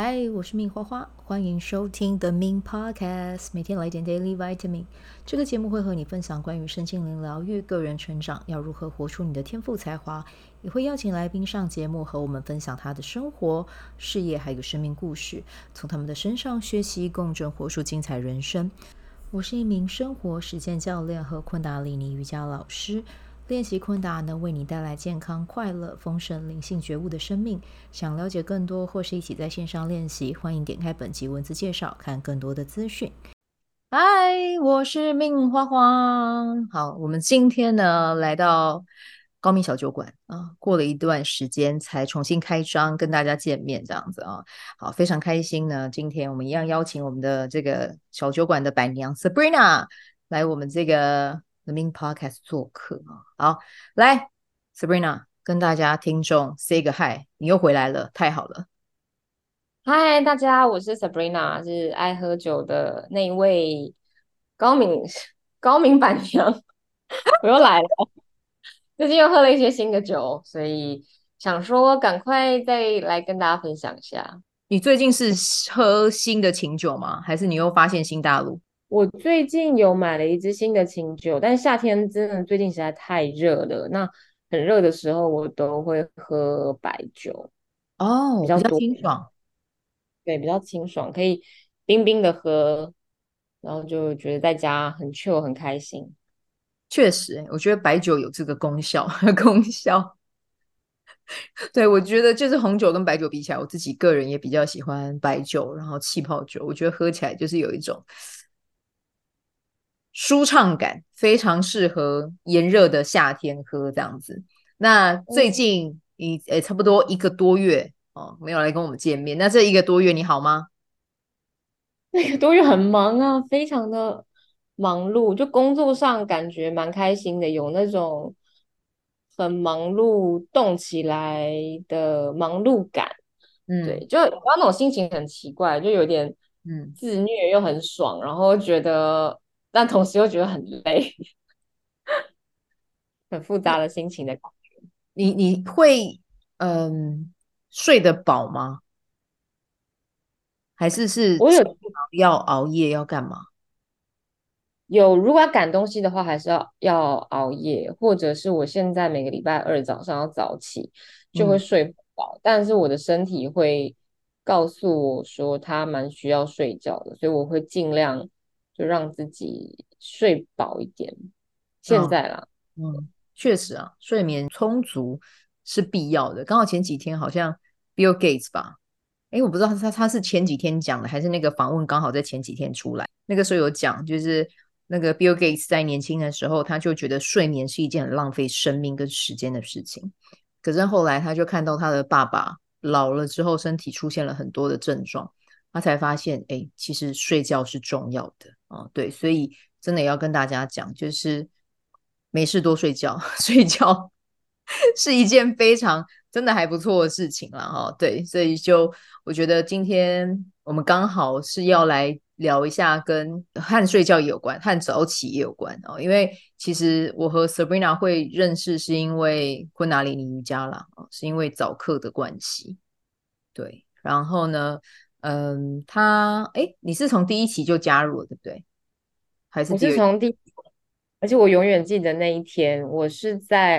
嗨，我是命花花，欢迎收听 The Min Podcast，每天来点 Daily Vitamin。这个节目会和你分享关于身心灵疗愈、个人成长，要如何活出你的天赋才华，也会邀请来宾上节目和我们分享他的生活、事业还有生命故事，从他们的身上学习共振，活出精彩人生。我是一名生活实践教练和昆达里尼瑜伽老师。练习昆达能为你带来健康、快乐、丰盛、灵性觉悟的生命。想了解更多或是一起在线上练习，欢迎点开本集文字介绍，看更多的资讯。嗨，我是命花花。好，我们今天呢来到高明小酒馆啊，过了一段时间才重新开张，跟大家见面这样子啊。好，非常开心呢。今天我们一样邀请我们的这个小酒馆的板娘 Sabrina 来我们这个 The Min Podcast 做客啊。好，来 Sabrina 跟大家听众 say 个 hi，你又回来了，太好了。 嗨，大家，我是 Sabrina，是爱喝酒的那一位高明高明板娘，我又来了。最近又喝了一些新的酒，所以想说赶快再来跟大家分享一下。 你最近是喝新的琴酒吗？还是你又发现新大陆？ 我最近有买了一支新的清酒，但夏天真的最近实在太热了，那很热的时候我都会喝白酒比哦，比较较多， 清爽。 对，比较清爽，可以冰冰的喝，然后就觉得在家很 chill 很开心。 确实，我觉得白酒有这个功效，功效。对，我觉得就是红酒跟白酒比起来，我自己个人也比较喜欢白酒，然后气泡酒，我觉得喝起来就是有一种舒畅感，非常适合炎热的夏天喝这样子。那最近你差不多一个多月哦，没有来跟我们见面，那这一个多月你好吗？ 那个多月很忙啊，非常的忙碌，就工作上感觉蛮开心的，有那种很忙碌、动起来的忙碌感。 嗯对，就不要那种心情很奇怪，就有点嗯。 自虐又很爽，然后觉得，但同时又觉得很累，很复杂的心情的。 你会嗯睡得饱吗？还是我有要熬夜要干嘛？ 如果要赶东西的话，还是要熬夜，或者是我现在每个礼拜二早上要早起，就会嗯， 睡不饱。但是我的身体会告诉我说，他蛮需要睡觉的，所以我会尽量就让自己睡饱一点。现哦， 在啦， 确实啊，睡眠充足是必要的。刚好前几天好像 Bill Gates 吧，诶，我不知道他是前几天讲的，还是那个访问刚好在前几天出来。那个时候有讲，就是那个 Bill Gates 在年轻的时候，他就觉得睡眠是一件很浪费生命跟时间的事情。可是后来他就看到他的爸爸老了之后，身体出现了很多的症状，他才发现，诶，其实睡觉是重要的啊。对，所以真的也要跟大家讲，就是没事多睡觉，睡觉是一件非常真的还不错的事情了哈。对，所以就我觉得今天我们刚好是要来聊一下和睡觉也有关，和早起也有关哦。因为其实我和 Sabrina 会认识是因为昆达里尼瑜伽啦，是因为早课的关系。对，然后呢，你是从第一期就加入了，对不对？还是我第二？ 是从而且我永远记得那一天，我是在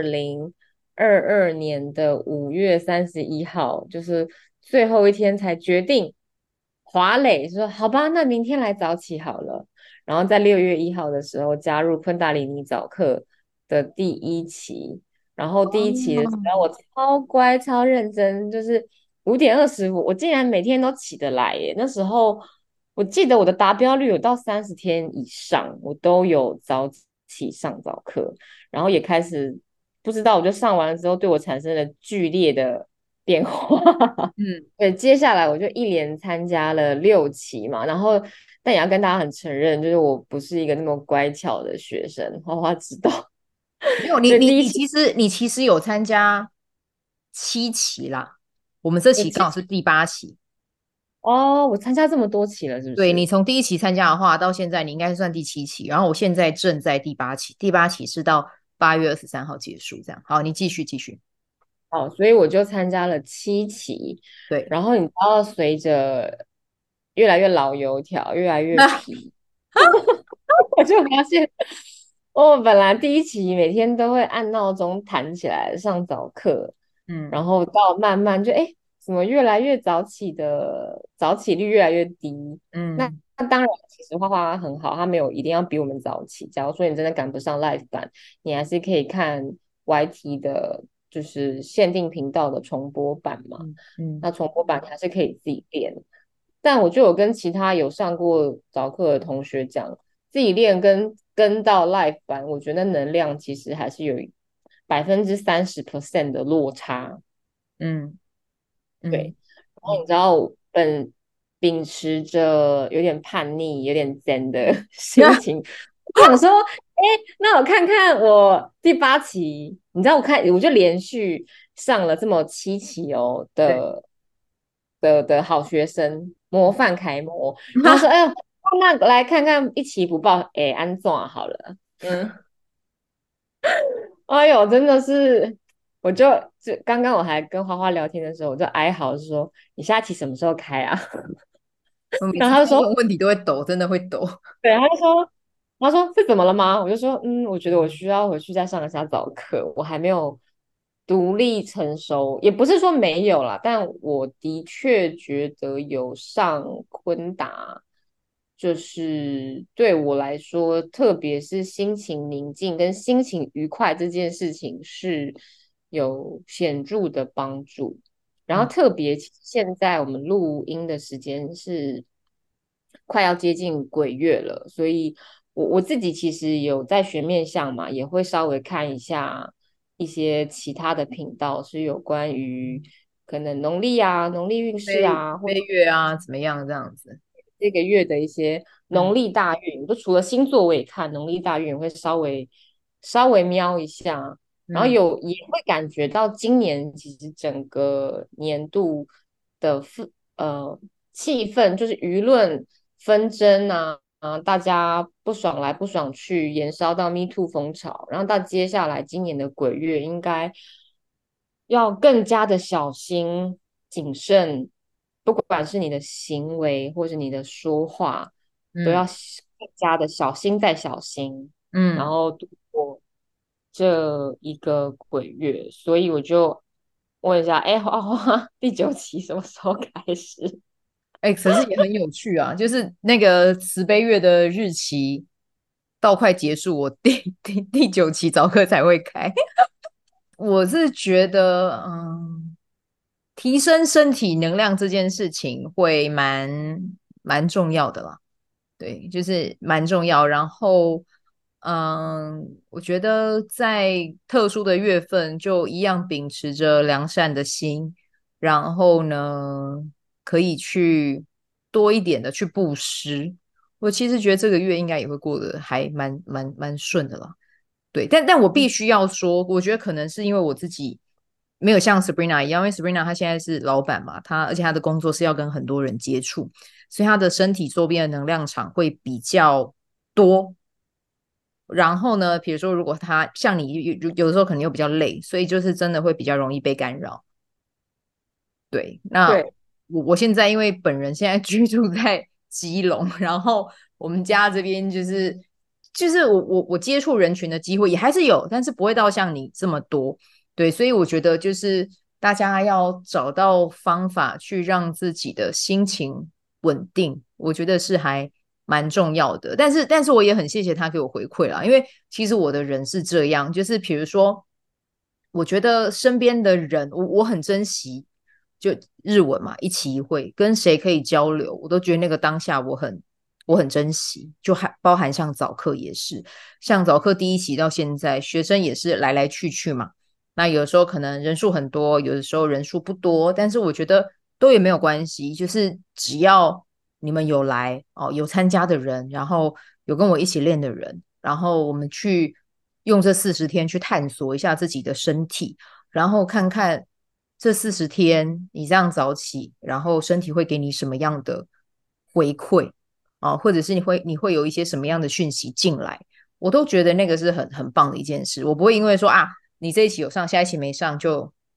2022年的5月31号，就是最后一天才决定华磊说好吧，那明天来早起好了。然后在6月1号的时候加入昆达里尼早课的第一期，然后第一期的时候我超乖超认真，就是5点25，我竟然每天都起得来耶！那时候我记得我的达标率有到30天以上，我都有早起上早课，然后也开始不知道，我就上完了之后对我产生了剧烈的变化。 嗯， 对，接下来我就一连参加了6期嘛，然后但也要跟大家很承认，就是我不是一个那么乖巧的学生，花花知道。 没有，你所以第一期其实有参加7期啦，我们这期刚好是有第8期。 哦，我参加这么多期了，是不对，你是？ 从第一期参加的话，到现在你应该是算第7期，然后我现在正在第8期，第八期是到8月23号结束，这样。好，你继续。 好，所以我就参加了7期。 对， 然后你知道，随着越来越老油条，越来越那皮，我就发现，我本来第1期每天都会按闹钟弹起来上早课，然嗯后到慢慢就怎么越来越早起的早起率越来越低。那嗯那当然，其实画画很好，他没有一定要比我们早起。假如说你真的赶不上 live 版，你还是可以看 YT 的，就是限定频道的重播版嘛。 嗯嗯， 那重播版你还是可以自己练。但我就有跟其他有上过早课的同学讲，自己练跟到 live 版，我觉得能量其实还是有30%的落差。 嗯嗯对，然后你知道我秉持着有点叛逆、有点zen的心那情，我想说，那我看看我第8期，你知道我就连续上了这么7期哦对， 的好学生，模范楷模。然后说，哎呦，那来看看1期不报，安怎好了。 嗯， 哎呦，真的是，就刚刚我还跟花花聊天的时候，我就哀嚎说，你下期什么时候开啊？ 我每次听然后他就说， 到这种问题都会抖，真的会抖。 对，他说是怎么了吗？我就说，我觉得我需要回去再上一下早课，我还没有独立成熟，也不是说没有啦，但我的确觉得有上昆达，就是对我来说，特别是心情宁静跟心情愉快这件事情是有显著的帮助。然后嗯， 特别现在我们录音的时间是快要接近鬼月了，所以我自己其实有在学面相嘛，也会稍微看一下一些其他的频道，是有关于可能农历啊、农历运势啊，或飞跃啊，怎么样这样子？ 这个月的一些农嗯历大运，就除了星座我也看，农历大运会稍微瞄一下，然后嗯也会感觉到今年其实整个年度的呃气氛，就是舆论纷争啊，大家不爽来不爽去，延烧到 Me Too 风潮，然后到接下来今年的鬼月，应该要更加的小心谨慎，不管是你的行为或是你的说话，都要嗯更加的小心再小心，然嗯， 后度过这一个鬼月。所以我就问一下，第9期什么时候开始？ 哎，可是也很有趣啊，就是那个慈悲月的日期到快结束，我第九期早课才会开。我是觉得，提升身体能量这件事情会蛮重要的啦。对，就是蛮重要。然后，我觉得在特殊的月份，就一样秉持着良善的心，然后呢，可以去多一点的去布施。我其实觉得这个月应该也会过得还蛮顺的啦。对，但我必须要说，我觉得可能是因为我自己没有像 Sabrina 一样，因为 Sabrina 她现在是老板嘛，而且她的工作是要跟很多人接触，所以她的身体周边的能量场会比较多。然后呢，比如说如果她像你有的时候可能又比较累，所以就是真的会比较容易被干扰。对，那对我现在因为本人现在居住在基隆，然后我们家这边就是我接触人群的机会也还是有，但是不会到像你这么多。对，所以我觉得就是大家要找到方法去让自己的心情稳定，我觉得是还蛮重要的。但是我也很谢谢他给我回馈啦，因为其实我的人是这样，就是比如说，我觉得身边的人，我很珍惜。就日文嘛，一期一会，跟谁可以交流，我都觉得那个当下我很珍惜，就还包含像早课也是，像早课第1期到现在，学生也是来来去去嘛，那有的时候可能人数很多，有的时候人数不多，但是我觉得都也没有关系，就是只要你们有来哦，有参加的人，然后有跟我一起练的人，然后我们去用这40天去探索一下自己的身体。然后看看这40天你这样早起，然后身体会给你什么样的回馈啊，或者是你会有一些什么样的讯息进来，我都觉得那个是很棒的一件事。我不会因为说啊，你这一期有上，下一期没上就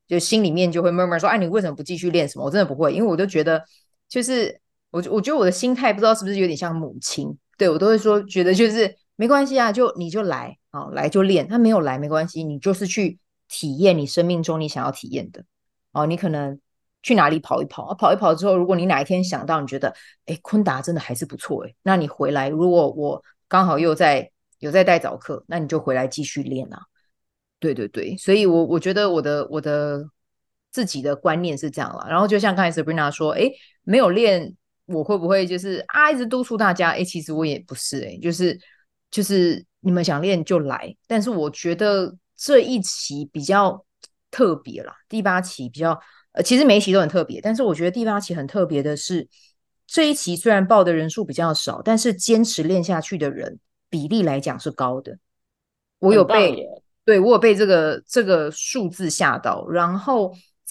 就心里面就会 murmur 说，哎，你为什么不继续练什么？我真的不会，因为我就觉得，就是我觉得我的心态不知道是不是有点像母亲，对我都会说，觉得就是没关系啊，就你就来，好来就练，他没有来没关系，你就是去体验你生命中你想要体验的，哦，你可能去哪里跑一跑，跑一跑之后，如果你哪一天想到你觉得，哎，昆达真的还是不错，哎，那你回来，如果我刚好有在带早课，那你就回来继续练啊。对对对，所以我觉得我的自己的观念是这样了。然后就像刚才 Sabrina 说，哎，没有练，我会不会就是一直督促大家？哎，其实我也不是，哎，就是你们想练就来。但是我觉得这一期比较特别啦，第八期比较其实每一期都很特别，但是我觉得第八期很特别的是，这一期虽然报的人数比较少，但是坚持练下去的人比例来讲是高的。我有很棒被， 耶。 对，我有被这个数字吓到。然后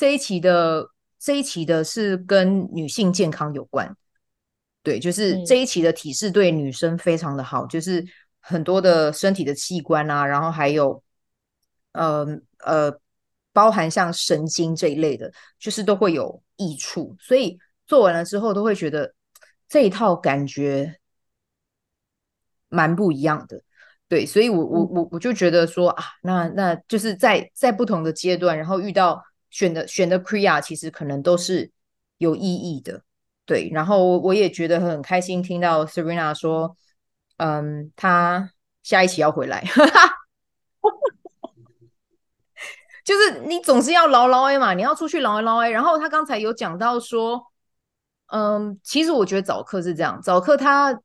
这一期的是跟女性健康有关，对，就是这嗯， 一期的体式对女生非常的好，就是很多的身体的器官啊，然后还有呃呃，包含像神经这一类的，就是都会有益处。所以做完了之后，都会觉得这一套感觉蛮不一样的。对，所以我就觉得说啊，那就是在不同的阶段，然后遇到选的 Kriya，其实可能都是有意义的。对，然后我也觉得很开心听到 Serena 说，她下一期要回来，就是你总是要捞捞 A 嘛，你要出去捞一捞 A。然后他刚才有讲到说，其实我觉得早课是这样，早课它，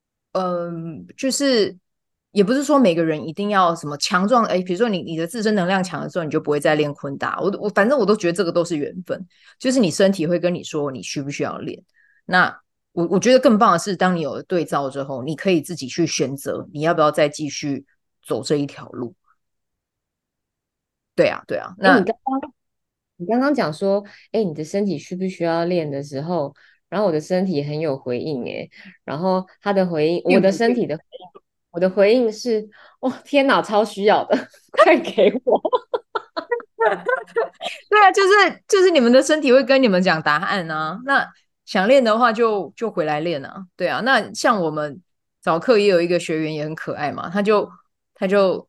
就是也不是说每个人一定要什么强壮，哎，比如说你的自身能量强的时候，你就不会再练昆达。我反正我都觉得这个都是缘分，就是你身体会跟你说你需不需要练。那我觉得更棒的是，当你有了对照之后，你可以自己去选择你要不要再继续走这一条路。对啊，对啊， 哎， 那你刚刚讲说，哎，你的身体需不需要练的时候，然后我的身体很有回应，哎，然后他的回应，我的身体的回应，我的回应是，哦，天哪，超需要的，快给我！ 对啊，就是你们的身体会跟你们讲答案啊。那想练的话就回来练啊。对啊，那像我们早课也有一个学员也很可爱嘛，他就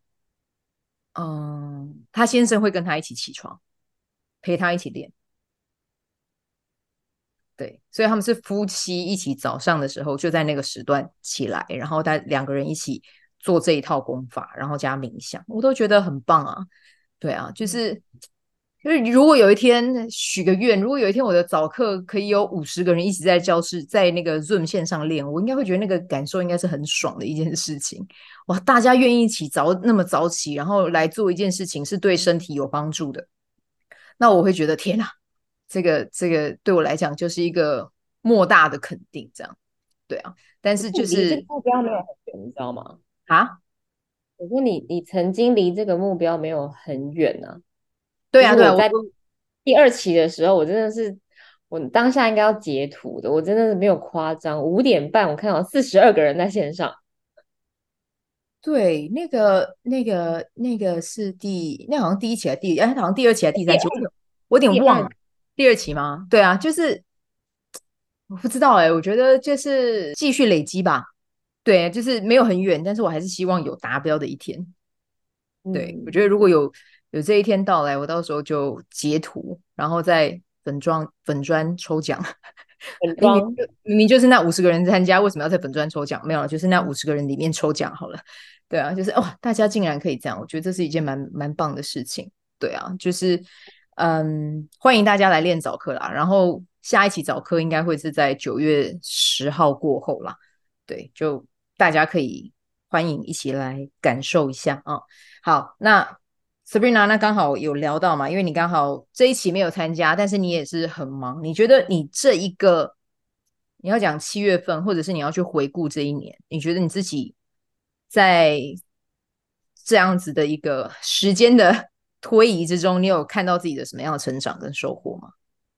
他先生会跟他一起起床，陪他一起练。对，所以他们是夫妻一起早上的时候就在那个时段起来，然后他两个人一起做这一套功法，然后加冥想，我都觉得很棒啊。对啊，就是如果有一天许个愿，如果有一天我的早课可以有50个人一起在教室，在那个 Zoom 线上练，我应该会觉得那个感受应该是很爽的一件事情。哇，大家愿意一起那么早起，然后来做一件事情是对身体有帮助的，那我会觉得天哪，这个对我来讲就是一个莫大的肯定，这样对啊。但是就你离这个是目标没有很远，你知道吗？ 啊， 我说你曾经离这个目标没有很远呢、 对啊，对啊，我就是我在第二期的时候，我真的是，我当下应该要截图的，我真的是没有夸张。5点半，我看到42个人在线上， 对那个是那好像第一期还是好像第二期还是第三期，我有点忘了第二第二期吗？对啊，就是我不知道哎、我觉得就是继续累积吧。对，就是没有很远，但是我还是希望有达标的一天。对，我觉嗯， 得如果有这一天到来，我到时候就截图，然后在粉砖抽奖。 本明明庄， 明明就是那50个人参加，为什么要在粉砖抽奖？没有，就是那50个人里面抽奖好了。对啊，就是哇，大家竟然可以这样，我觉得这是一件蛮棒的事情。对啊，就是欢迎大家来练早课啦。然后下一期早课应该会是在9月10号过后啦。对，就大家可以欢迎一起来感受一下啊。好，那 Sabrina，那刚好有聊到嘛，因为你刚好这一期没有参加，但是你也是很忙。你觉得你这一个，你要讲7月份，或者是你要去回顾这一年，你觉得你自己在这样子的一个时间的推移之中，你有看到自己的什么样的成长跟收获吗？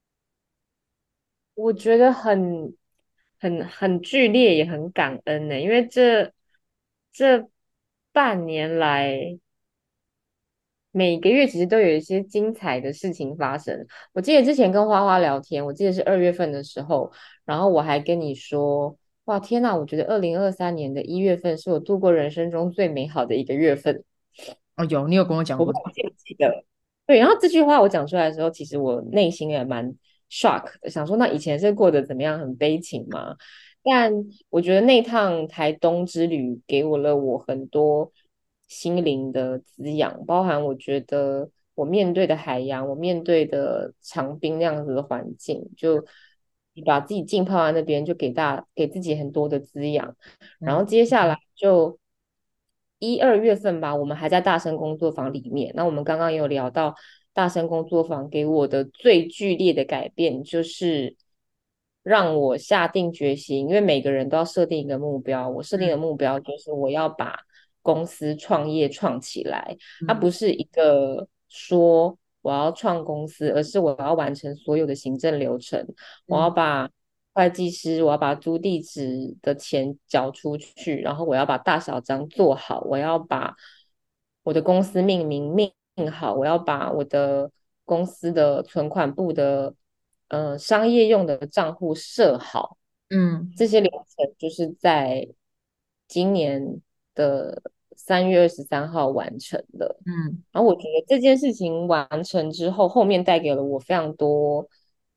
我觉得很剧烈，也很感恩呢，因为这半年来。 每个月其实都有一些精彩的事情发生。我记得之前跟花花聊天，我记得是2月份的时候，然后我还跟你说，哇，天呐，我觉得2023年的1月份是我度过人生中最美好的一个月份。 哦，有，你有跟我讲过这个。 我不知道你记不记得？对，然后这句话我讲出来的时候，其实我内心也蛮 shock 的，想说那以前是过得怎么样，很悲情吗？但我觉得那趟台东之旅给我很多心灵的滋养，包含我觉得我面对的海洋，我面对的长滨那样子的环境，就你把自己浸泡在那边，就给自己很多的滋养。然后嗯接下来就1、2月份吧，我们还在大声工作坊里面。那我们刚刚有聊到大声工作坊给我的最剧烈的改变，就是让我下定决心，因为每个人都要设定一个目标。我设定的嗯目标就是我要把公司创业创起来，它嗯不是一个说我要创公司，而是我要完成所有的行政流程。我要嗯把会计师，我要把租地址的钱缴出去，然后我要把大小章做好，我要把我的公司命好，我要把我的公司的存款簿的商业用的账户设好， 嗯这些流程就是在今年的3月23号完成的。 嗯然后我觉得这件事情完成之后，后面带给了我非常多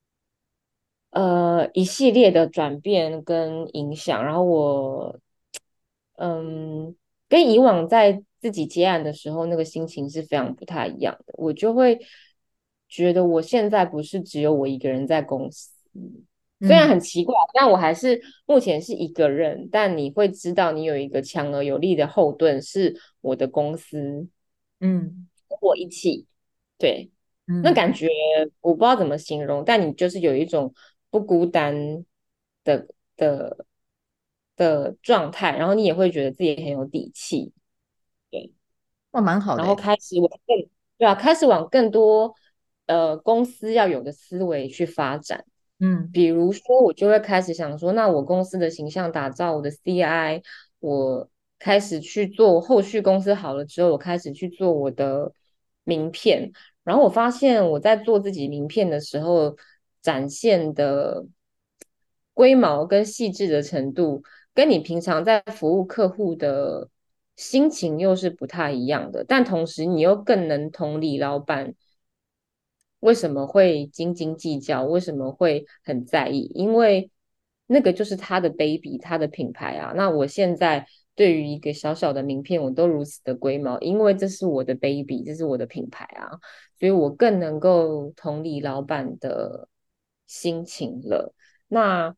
一系列的转变跟影响，然后我嗯跟以往在自己接案的时候那个心情是非常不太一样的，我就会觉得我现在不是只有我一个人在公司，虽然嗯很奇怪，但我还是目前是一个人，但你会知道你有一个强而有力的后盾是我的公司， 嗯跟我一起。对，那嗯感觉我不知道怎么形容，但你就是有一种不孤单的的状态，然后你也会觉得自己很有底气，对， 哇，蛮好的诶。 然后对啊，开始往更多公司要有的思维去发展。 嗯比如说，我就会开始想说，那我公司的形象打造，我的 CI，我开始去做后续公司好了之后，我开始去做我的名片。然后我发现我在做自己名片的时候，展现的龟毛跟细致的程度，跟你平常在服务客户的心情又是不太一样的。但同时，你又更能同理老板为什么会斤斤计较？为什么会很在意？因为那个就是他的 baby，他的品牌啊。那我现在对于一个小小的名片，我都如此的龟毛，因为这是我的 baby，这是我的品牌啊，所以我更能够同理老板的心情了。那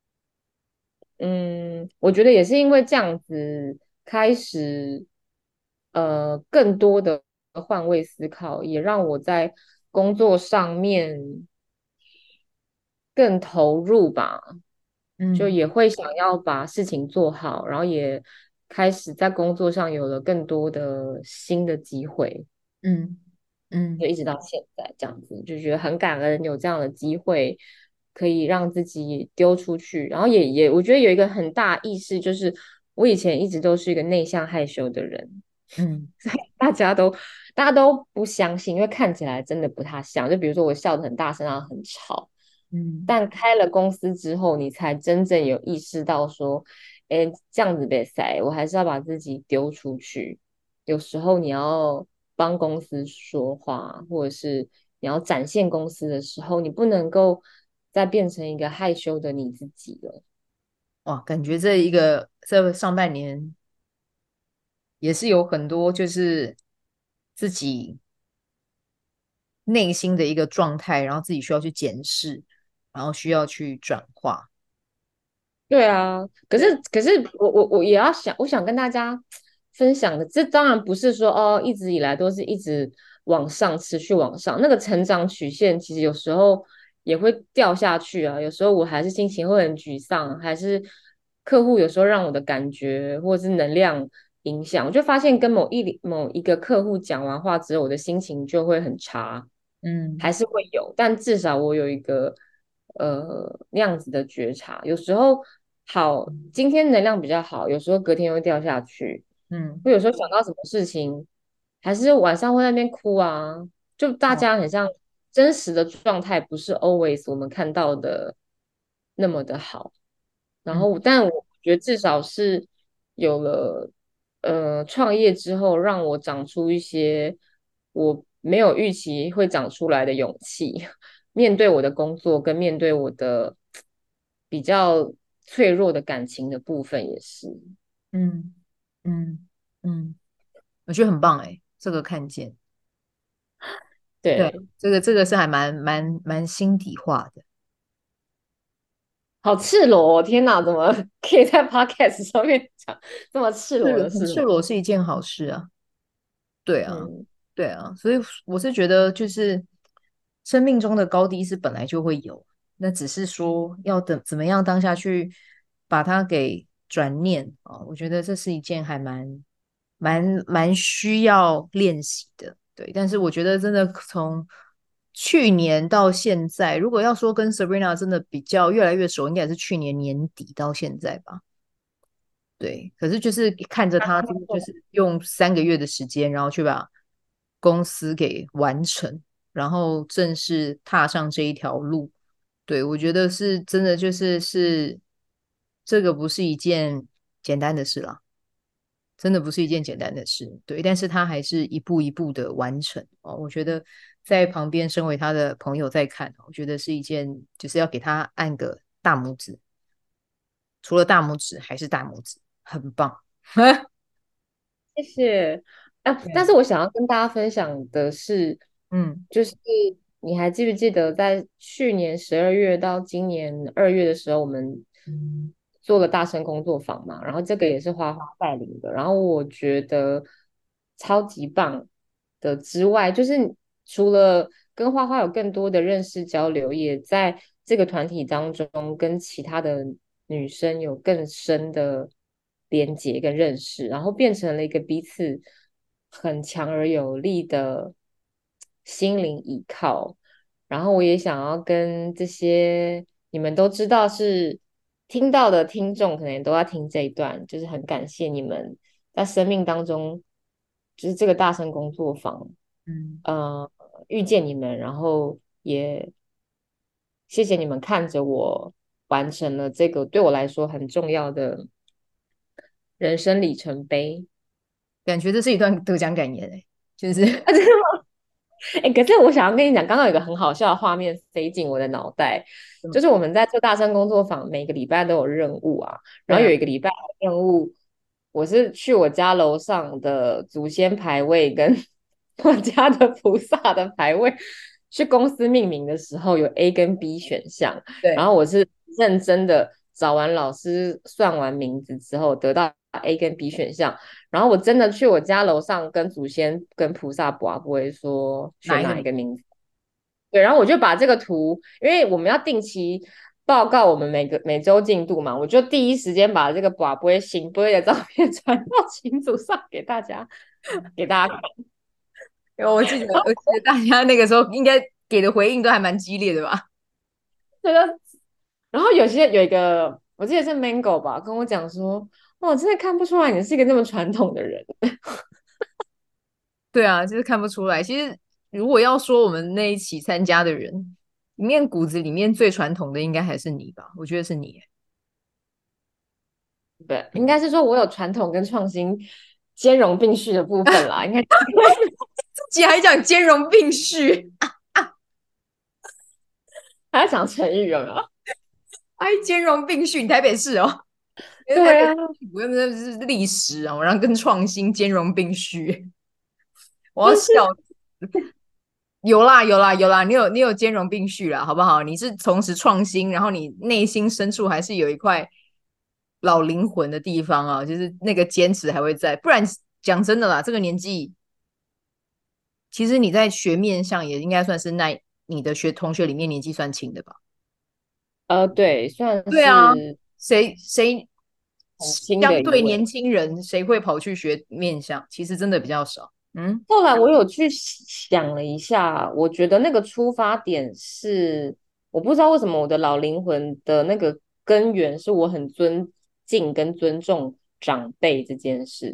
我觉得也是因为这样子，开始更多的换位思考，也让我在工作上面更投入吧，就嗯也会想要把事情做好，然后也开始在工作上有了更多的新的机会。 嗯嗯就一直到现在这样子，就觉得很感恩有这样的机会，可以让自己丢出去，然后我觉得有一个很大意识，就是我以前一直都是一个内向害羞的人， 嗯大家都大家都不相信，因为看起来真的不太像。就比如说我笑得很大声，然后很吵， 嗯但开了公司之后，你才真正有意识到说，哎，这样子别塞，我还是要把自己丢出去。有时候你要帮公司说话，或者是你要展现公司的时候，你不能够再变成一个害羞的你自己了。 哇，感觉这上半年也是有很多就是自己内心的一个状态，然后自己需要去检视，然后需要去转化。 对啊，可是对， 我也要想，我想跟大家分享的，这当然不是说哦，一直以来都是一直往上，持续往上，那个成长曲线其实有时候也会掉下去啊，有时候我还是心情会很沮丧，还是客户有时候让我的感觉或者是能量影响，我就发现跟某一个客户讲完话之后，我的心情就会很差，还嗯是会有，但至少我有一个那样子的觉察。有时候好，今天能量比较好，有时候隔天又掉下去。 嗯我有时候想到什么事情还是晚上会在那边哭啊，就大哦， 家很像真实的状态，不是 always 我们看到的那么的好。然嗯后，但我觉得至少是有了创业之后，让我长出一些我没有预期会长出来的勇气，面对我的工作，跟面对我的比较脆弱的感情的部分也是。 嗯嗯嗯，我觉得很棒哎，这个看见，对， 对， 这个是还蛮心底话的。 好赤裸哦！天哪，怎么可以在 podcast 上面讲这么赤裸的很赤事吗？ 裸是一件好事啊。对啊， 嗯， 对啊，所以我是觉得，就是生命中的高低是本来就会有，那只是说要怎么样当下去把它给转念啊，我觉得这是一件还蛮需要练习的。对，但是我觉得真的从去年到现在，如果要说跟 Sabrina 真的比较越来越熟，应该也是去年年底到现在吧。对，可是就是看着他，真的就是用3个月的时间，然后去把公司给完成，然后正式踏上这一条路。对，我觉得是真的，就是这个不是一件简单的事啦，真的不是一件简单的事。对，但是他还是一步一步的完成哦。我觉得在旁边，身为他的朋友在看，我觉得是一件就是要给他按个大拇指，除了大拇指还是大拇指，很棒。 谢谢。啊，但是对， 我想要跟大家分享的是， 嗯就是你还记不记得在去年12月到今年2月的时候，我们做了大声工作坊嘛？然后这个对， 也是花花带领的。然后我觉得超级棒的之外，就是除了跟花花有更多的认识交流，也在这个团体当中跟其他的女生有更深的连结跟认识，然后变成了一个彼此很强而有力的心灵依靠。然后我也想要跟这些你们都知道是听到的听众，可能都要听这一段，就是很感谢你们在生命当中，就是这个大声工作坊， 嗯， 呃，遇见你们，然后也谢谢你们看着我完成了这个对我来说很重要的人生里程碑。 感觉这是一段得奖感言诶，就是哎，可是我想要跟你讲，刚刚有一个很好笑的画面飞进我的脑袋，就是我们在做大声工作坊，每个礼拜都有任务啊，然对啊， 后有一个礼拜的任务，我是去我家楼上的祖先牌位跟我家的菩萨的牌位，去公司命名的时候有 A 跟 B 选项，然对， 后我是认真的找完老师算完名字之后得到 A 跟 B 选项。然后我真的去我家楼上跟祖先跟菩萨不会说选哪一个名？ 哪一个名字，对，然后我就把这个图，因为我们要定期报告我们每周进度嘛，我就第一时间把这个不会醒不会的照片传到群组上给大家看。 因为我记得大家那个时候应该给的回应都还蛮激烈的吧？ 这个，然后有一个我记得是 Mango 吧，跟我讲说，哦，真的看不出来你是一个那么传统的人。 对啊，就是看不出来。其实如果要说我们那一起参加的人，里面骨子里面最传统的应该还是你吧？我觉得是你耶。 对，应该是说我有传统跟创新兼容并蓄的部分啦，应该自己还讲兼容并蓄， 还要讲成语有没有？ 还兼容并蓄，你台北市哦，因为台北对啊， 不用那是历史啊，然后跟创新兼容并蓄，我要笑就是死。有啦有啦有啦，你有兼容并蓄啦，好不好？你是同时创新，然后你内心深处还是有一块老灵魂的地方啊，就是那个坚持还会在。不然讲真的啦，这个年纪，其实你在学面上也应该算是那你的同学里面年纪算轻的吧？ 对，算对啊， 是谁很新的相对年一位。 轻人，谁会跑去学面相？其实真的比较少。嗯， 后来我有去想了一下，我觉得那个出发点是，我不知道为什么我的老灵魂的那个根源是我很尊敬跟尊重长辈这件事。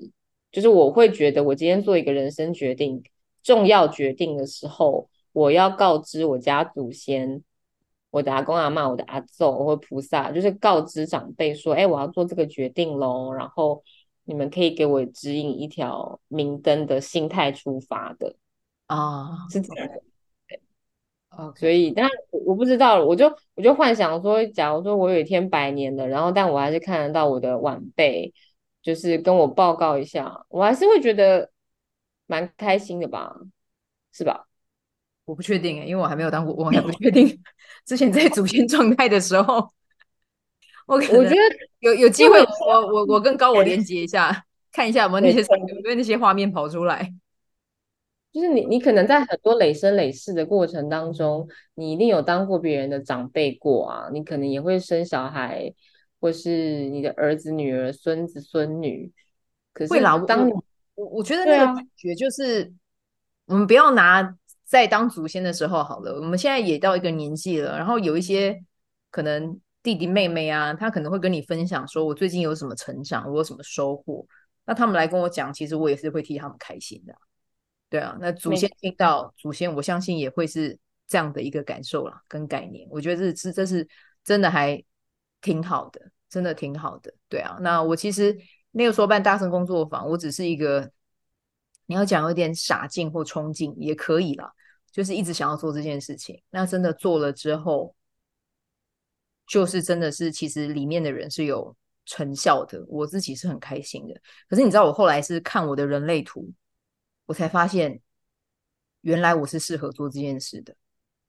就是我会觉得我今天做一个人生决定、重要决定的时候，我要告知我家祖先、我的阿公阿嬷、我的阿祖或菩萨，就是告知长辈说，哎，我要做这个决定喽，然后你们可以给我指引一条明灯的心态出发的， 啊是这样的。 ，OK 所 OK， 以，但我不知道，我就幻想说，假如说我有一天100年了，然后但我还是看得到我的晚辈，就是跟我报告一下，我还是会觉得蛮开心的吧，是吧？ 我不确定因为我还没有当过，我还不确定之前在祖先状态的时候，我可能我觉得有机会我， 就很我更高我连接一下，看一下有没有那对， 些有没有那些画面跑出来。 就是你可能在很多累生累世的过程当中，你一定有当过别人的长辈过啊，你可能也会生小孩，或是你的儿子、女儿、孙子、孙女。可会啦， 是当你我觉得那对啊， 个感觉就是，我们不要拿在当祖先的时候好了，我们现在也到一个年纪了，然后有一些可能弟弟妹妹啊，他可能会跟你分享说，我最近有什么成长，我有什么收获，那他们来跟我讲，其实我也是会替他们开心的啊。对啊，那祖先没听到祖先，我相信也会是这样的一个感受啦，跟概念。我觉得这是真的还挺好的，真的挺好的。对啊，那我其实那个时候办大声工作坊，我只是一个你要讲有点傻劲或冲劲也可以啦，就是一直想要做这件事情。那真的做了之后，就是真的是其实里面的人是有成效的，我自己是很开心的。可是你知道，我后来是看我的人类图，我才发现原来我是适合做这件事的。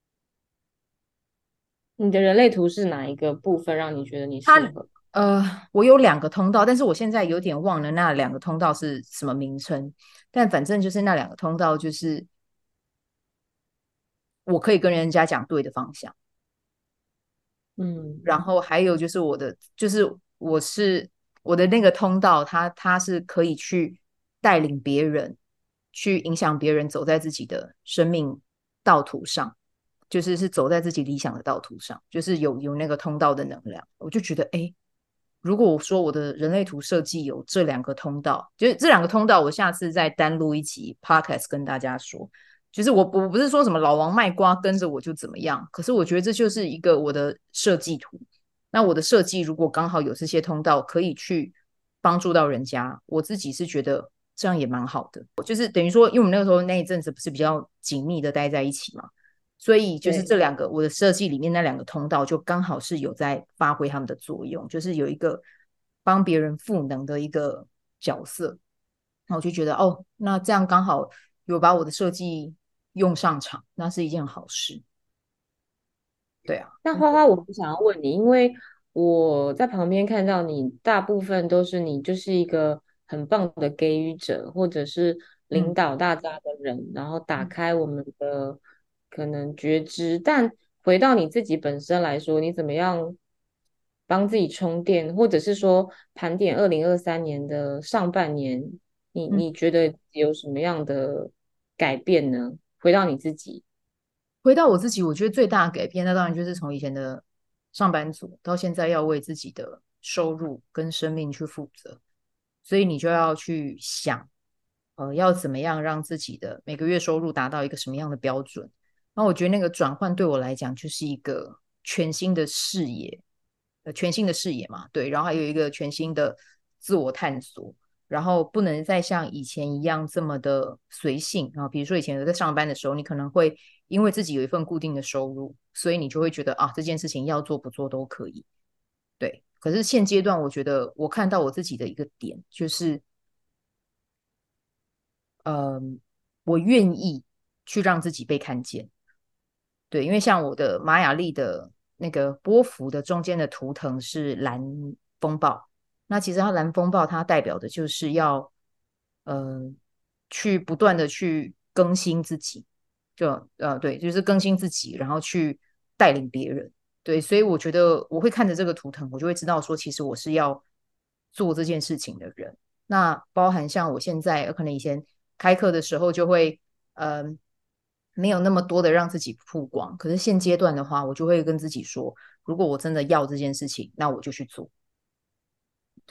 你的人类图是哪一个部分让你觉得你它适合？ 我有两个通道，但是我现在有点忘了那两个通道是什么名称。但反正就是那两个通道，就是我可以跟人家讲对的方向。然嗯， 后还有就是我的那个通道，它是可以去带领别人，去影响别人走在自己的生命道途上，是走在自己理想的道途上，就是有那个通道的能量。我就觉得，哎，如果我说我的人类图设计有这两个通道，就是这两个通道，我下次再单录一集 podcast 跟大家说。就是我不是说什么老王卖瓜跟着我就怎么样，可是我觉得这就是一个我的设计图。那我的设计如果刚好有这些通道可以去帮助到人家，我自己是觉得这样也蛮好的。就是等于说，因为我们那个时候那一阵子不是比较紧密的待在一起嘛，所以就是对。 这两个我的设计里面那两个通道就刚好是有在发挥他们的作用，就是有一个帮别人赋能的一个角色。那我就觉得哦，那这样刚好有把我的设计用上场，那是一件好事。对啊， 那花花，我很想要问你，因为我在旁边看到你，大部分都是你就是一个很棒的给予者，或者是领嗯导大家的人，然后打嗯。 开我们的可能觉知。但回到你自己本身来说，你怎么样帮自己充电，或者是说盘点2023年的上半年，你嗯， 你觉得有什么样的改变呢？回到你自己， 回到我自己，我觉得最大的改变，那当然就是从以前的上班族到现在要为自己的收入跟生命去负责，所以你就要去想，要怎么样让自己的每个月收入达到一个什么样的标准。那我觉得那个转换对我来讲就是一个全新的视野，全新的视野嘛，对，然后还有一个全新的自我探索。然后不能再像以前一样这么的随性啊。比如说以前有在上班的时候，你可能会因为自己有一份固定的收入，所以你就会觉得啊，这件事情要做不做都可以。对，可是现阶段我觉得我看到我自己的一个点，就是呃，我愿意去让自己被看见。对，因为像我的玛雅历的那个波幅的中间的图腾是蓝风暴，那其实它蓝风暴它代表的就是要呃去不断的去更新自己，对，就是更新自己，然后去带领别人。对，所以我觉得我会看着这个图腾，我就会知道说，其实我是要做这件事情的人。那包含像我现在可能以前开课的时候就会呃没有那么多的让自己曝光，可是现阶段的话，我就会跟自己说，如果我真的要这件事情，那我就去做。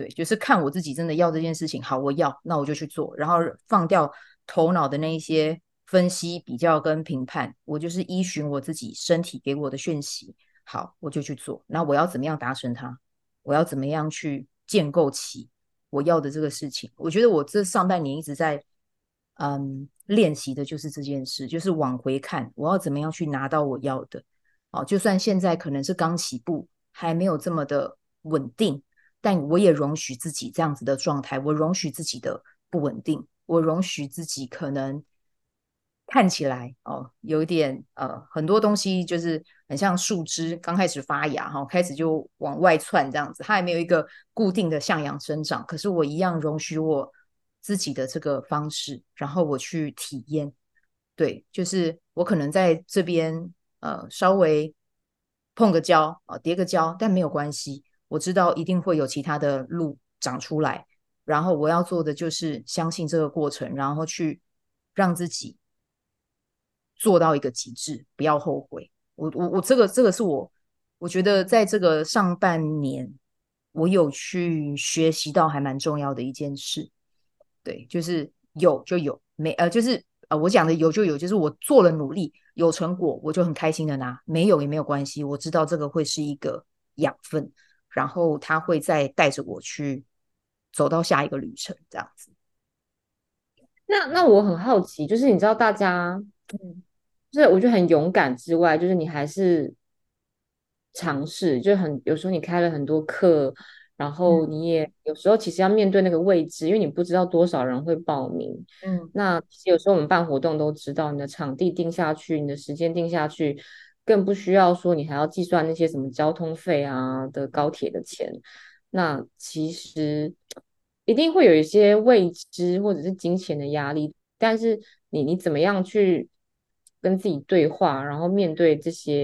对，就是看我自己真的要这件事情，好，我要，那我就去做，然后放掉头脑的那一些分析、比较跟评判，我就是依循我自己身体给我的讯息，好，我就去做。那我要怎么样达成它？我要怎么样去建构起我要的这个事情？我觉得我这上半年一直在练习的就是这件事，就是往回看，我要怎么样去拿到我要的。哦，就算现在可能是刚起步，还没有这么的稳定，但我也容许自己这样子的状态，我容许自己的不稳定，我容许自己可能看起来有一点很多东西就是很像树枝刚开始发芽开始就往外窜这样子，它还没有一个固定的向阳生长，可是我一样容许我自己的这个方式，然后我去体验。对，就是我可能在这边稍微碰个胶跌个胶，但没有关系，我知道一定会有其他的路长出来，然后我要做的就是相信这个过程，然后去让自己做到一个极致，不要后悔。我这个是我觉得在这个上半年，我有去学习到还蛮重要的一件事。对，就是有就有，没就是我讲的有就有，就是我做了努力，有成果，我就很开心的拿；没有也没有关系，我知道这个会是一个养分，然后它会再带着我去走到下一个旅程，这样子。 那我很好奇，就是你知道大家，就是我觉得很勇敢之外，就是你还是尝试，就有时候你开了很多课，然后嗯你也有时候其实要面对那个未知，因为你不知道多少人会报名。 嗯那其实有时候我们办活动都知道，你的场地定下去，你的时间定下去，更不需要说你还要计算那些什么交通费啊的高铁的钱。那其实一定会有一些未知或者是金钱的压力，但是你怎么样去跟自己对话，然后面对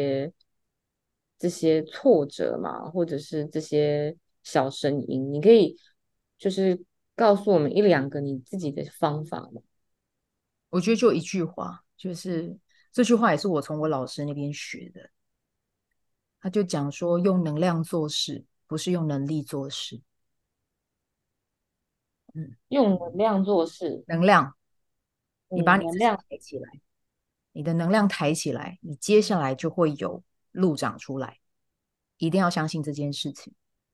这些挫折嘛，或者是这些小声音，你可以就是告诉我们一两个你自己的方法吗？ 我觉得就一句话，就是这句话也是我从我老师那边学的，他就讲说用能量做事，不是用能力做事。嗯， 用能量做事， 能量，你把你自己能量。 抬起来，你的能量抬起来，你接下来就会有路长出来。一定要相信这件事情。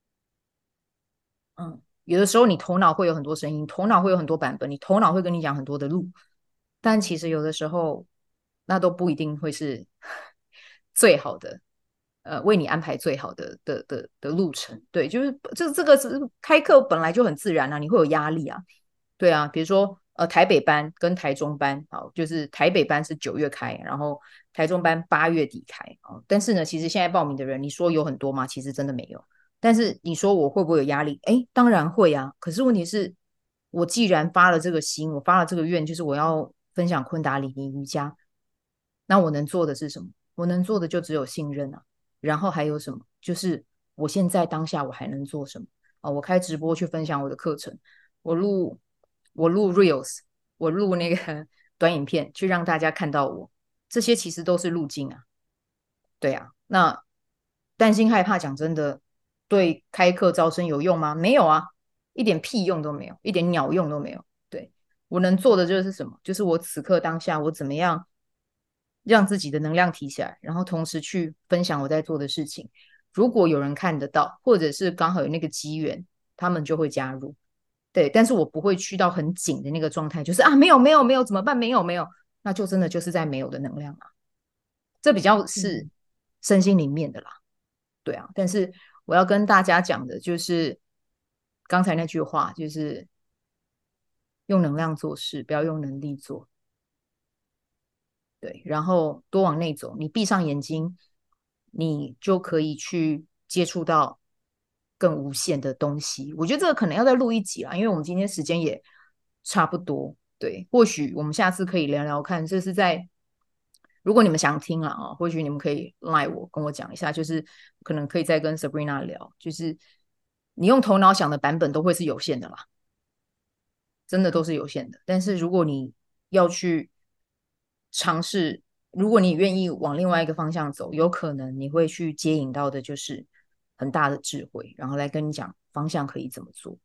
有的时候你头脑会有很多声音，头脑会有很多版本，你头脑会跟你讲很多的路，但其实有的时候那都不一定会是最好的，为你安排最好的路程。对，就是这个是开课本来就很自然啊，你会有压力啊。对啊，比如说台北班跟台中班，好，就是台北班是9月开，然后台中班8月底开啊。但是呢，其实现在报名的人，你说有很多吗？其实真的没有。但是你说我会不会有压力？哎，当然会啊。可是问题是，我既然发了这个心，我发了这个愿，就是我要分享昆达里尼瑜伽，那我能做的是什么？我能做的就只有信任啊。然后还有什么？就是我现在当下我还能做什么啊？我开直播去分享我的课程，我录我录 reels，我录那个短影片，去让大家看到我。这些其实都是路径啊。对啊，那担心害怕，讲真的，对开课招生有用吗？没有啊，一点屁用都没有，一点鸟用都没有。对，我能做的就是什么？就是我此刻当下，我怎么样让自己的能量提起来，然后同时去分享我在做的事情。如果有人看得到，或者是刚好有那个机缘，他们就会加入。对，但是我不会去到很紧的那个状态，就是啊，没有没有没有怎么办？没有没有，那就真的就是在没有的能量啊。这比较是嗯， 身心里面的啦。对啊，但是我要跟大家讲的就是刚才那句话，就是用能量做事，不要用能力做。对，然后多往内走，你闭上眼睛，你就可以去接触到更无限的东西。我觉得这个可能要再录一集啦，因为我们今天时间也差不多。对，或许我们下次可以聊聊看，这是在如果你们想听了啊，或许你们可以赖我跟我讲一下，就是可能可以再跟 Sabrina 聊，就是你用头脑想的版本都会是有限的啦。真的都是有限的。但是如果你要去尝试，如果你愿意往另外一个方向走，有可能你会去接引到的就是很大的智慧，然后来跟你讲方向可以怎么做。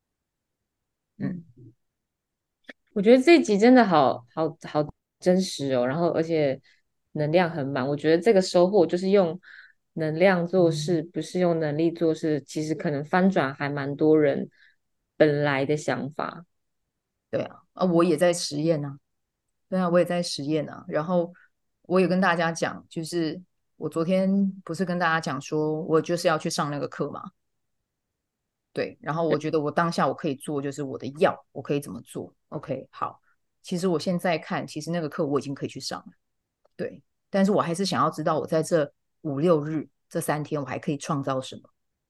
我觉得这一集真的好真实哦，然后而且能量很满。我觉得这个收获就是用能量做事，不是用能力做事，其实可能翻转还蛮多人本来的想法。 对啊，我也在实验啊，对啊，我也在实验啊。然后我也跟大家讲，就是我昨天不是跟大家讲说，我就是要去上那个课嘛。对，然后我觉得我当下我可以做，就是我的药，我可以怎么做？OK，好。其实我现在看，其实那个课我已经可以去上了，对。但是我还是想要知道，我在这5、6日这3天，我还可以创造什么？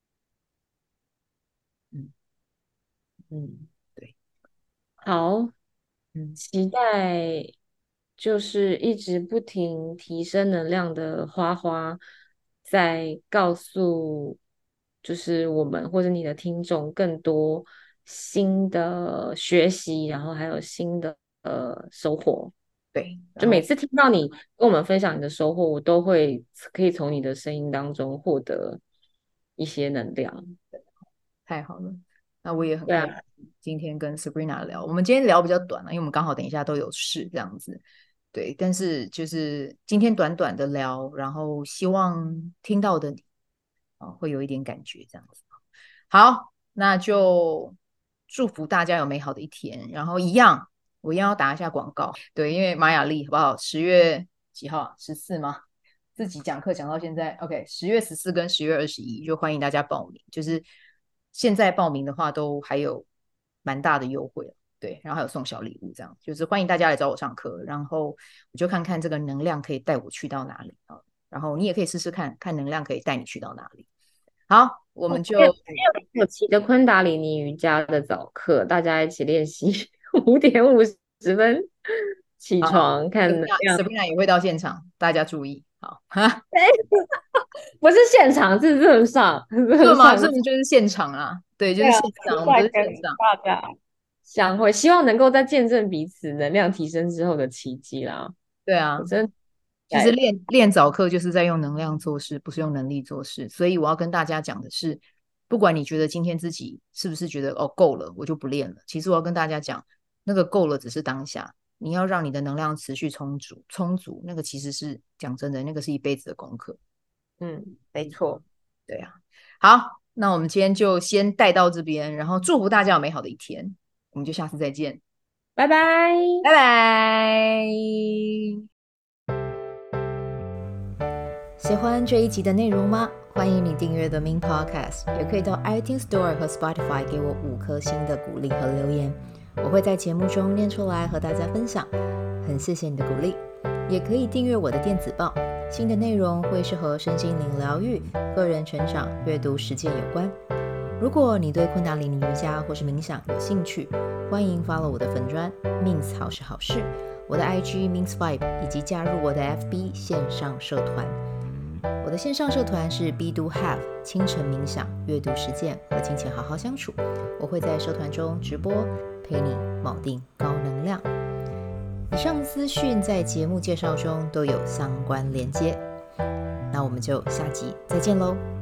嗯嗯， 对， 好， 嗯期待就是一直不停提升能量的花花，在告诉就是我们或者你的听众更多新的学习，然后还有新的收获。 对，然后就每次听到你跟我们分享你的收获，我都会可以从你的声音当中获得一些能量。 太好了，那我也很对啊， 开心今天跟 Sabrina 聊。我们今天聊比较短了，因为我们刚好等一下都有事这样子。对，但是就是今天短短的聊，然后希望听到的你会有一点感觉这样子。好，那就祝福大家有美好的一天。然后我一样要打一下广告。对，因为玛雅历好不好？10月几号？14吗？自己讲课讲到现在，OK，10月14跟10月21就欢迎大家报名。就是现在报名的话，都还有蛮大的优惠，对，然后还有送小礼物，这样就是欢迎大家来找我上课，然后我就看看这个能量可以带我去到哪里啊。然后你也可以试试看看能量可以带你去到哪里。好，我们就我骑着昆达里尼瑜伽的早课，大家一起练习5点50分起好床看能量。 Sabrina 也会到现场，大家注意。好，哈， 不是现场，是热上，热是吗？ 上。 这种就是现场啊，对，就是对啊， 现场，我们都在跟是线上。 大家相会，希望能够在见证彼此能量提升之后的奇迹啦。 对啊， 我真的其实在练早课就是在用能量做事，不是用能力做事。所以我要跟大家讲的是，不管你觉得今天自己是不是觉得够了，我就不练了。其实我要跟大家讲，那个够了只是当下，你要让你的能量持续充足，那个其实是讲真的，那个是一辈子的功课。 没错。 对啊，好，那我们今天就先带到这边，然后祝福大家有美好的一天，我们就下次再见， 拜拜。 拜拜。喜欢这一集的内容吗？欢迎你订阅 The Min Podcast， 也可以到 iTunes Store 和 Spotify 给我5颗星的鼓励和留言，我会在节目中念出来和大家分享。很谢谢你的鼓励，也可以订阅我的电子报，新的内容会是和身心灵疗愈、个人成长、阅读实践有关。如果你对昆达里尼瑜伽或是冥想有兴趣，欢迎 follow 我的粉专 Mins 好是好事，我的 IG Mins Vibe， 以及加入我的 FB 线上社团。我的线上社团是 Be Do Have 清晨冥想、阅读实践和金钱好好相处，我会在社团中直播，陪你锚定高能量。以上资讯在节目介绍中都有相关连接，那我们就下集再见喽。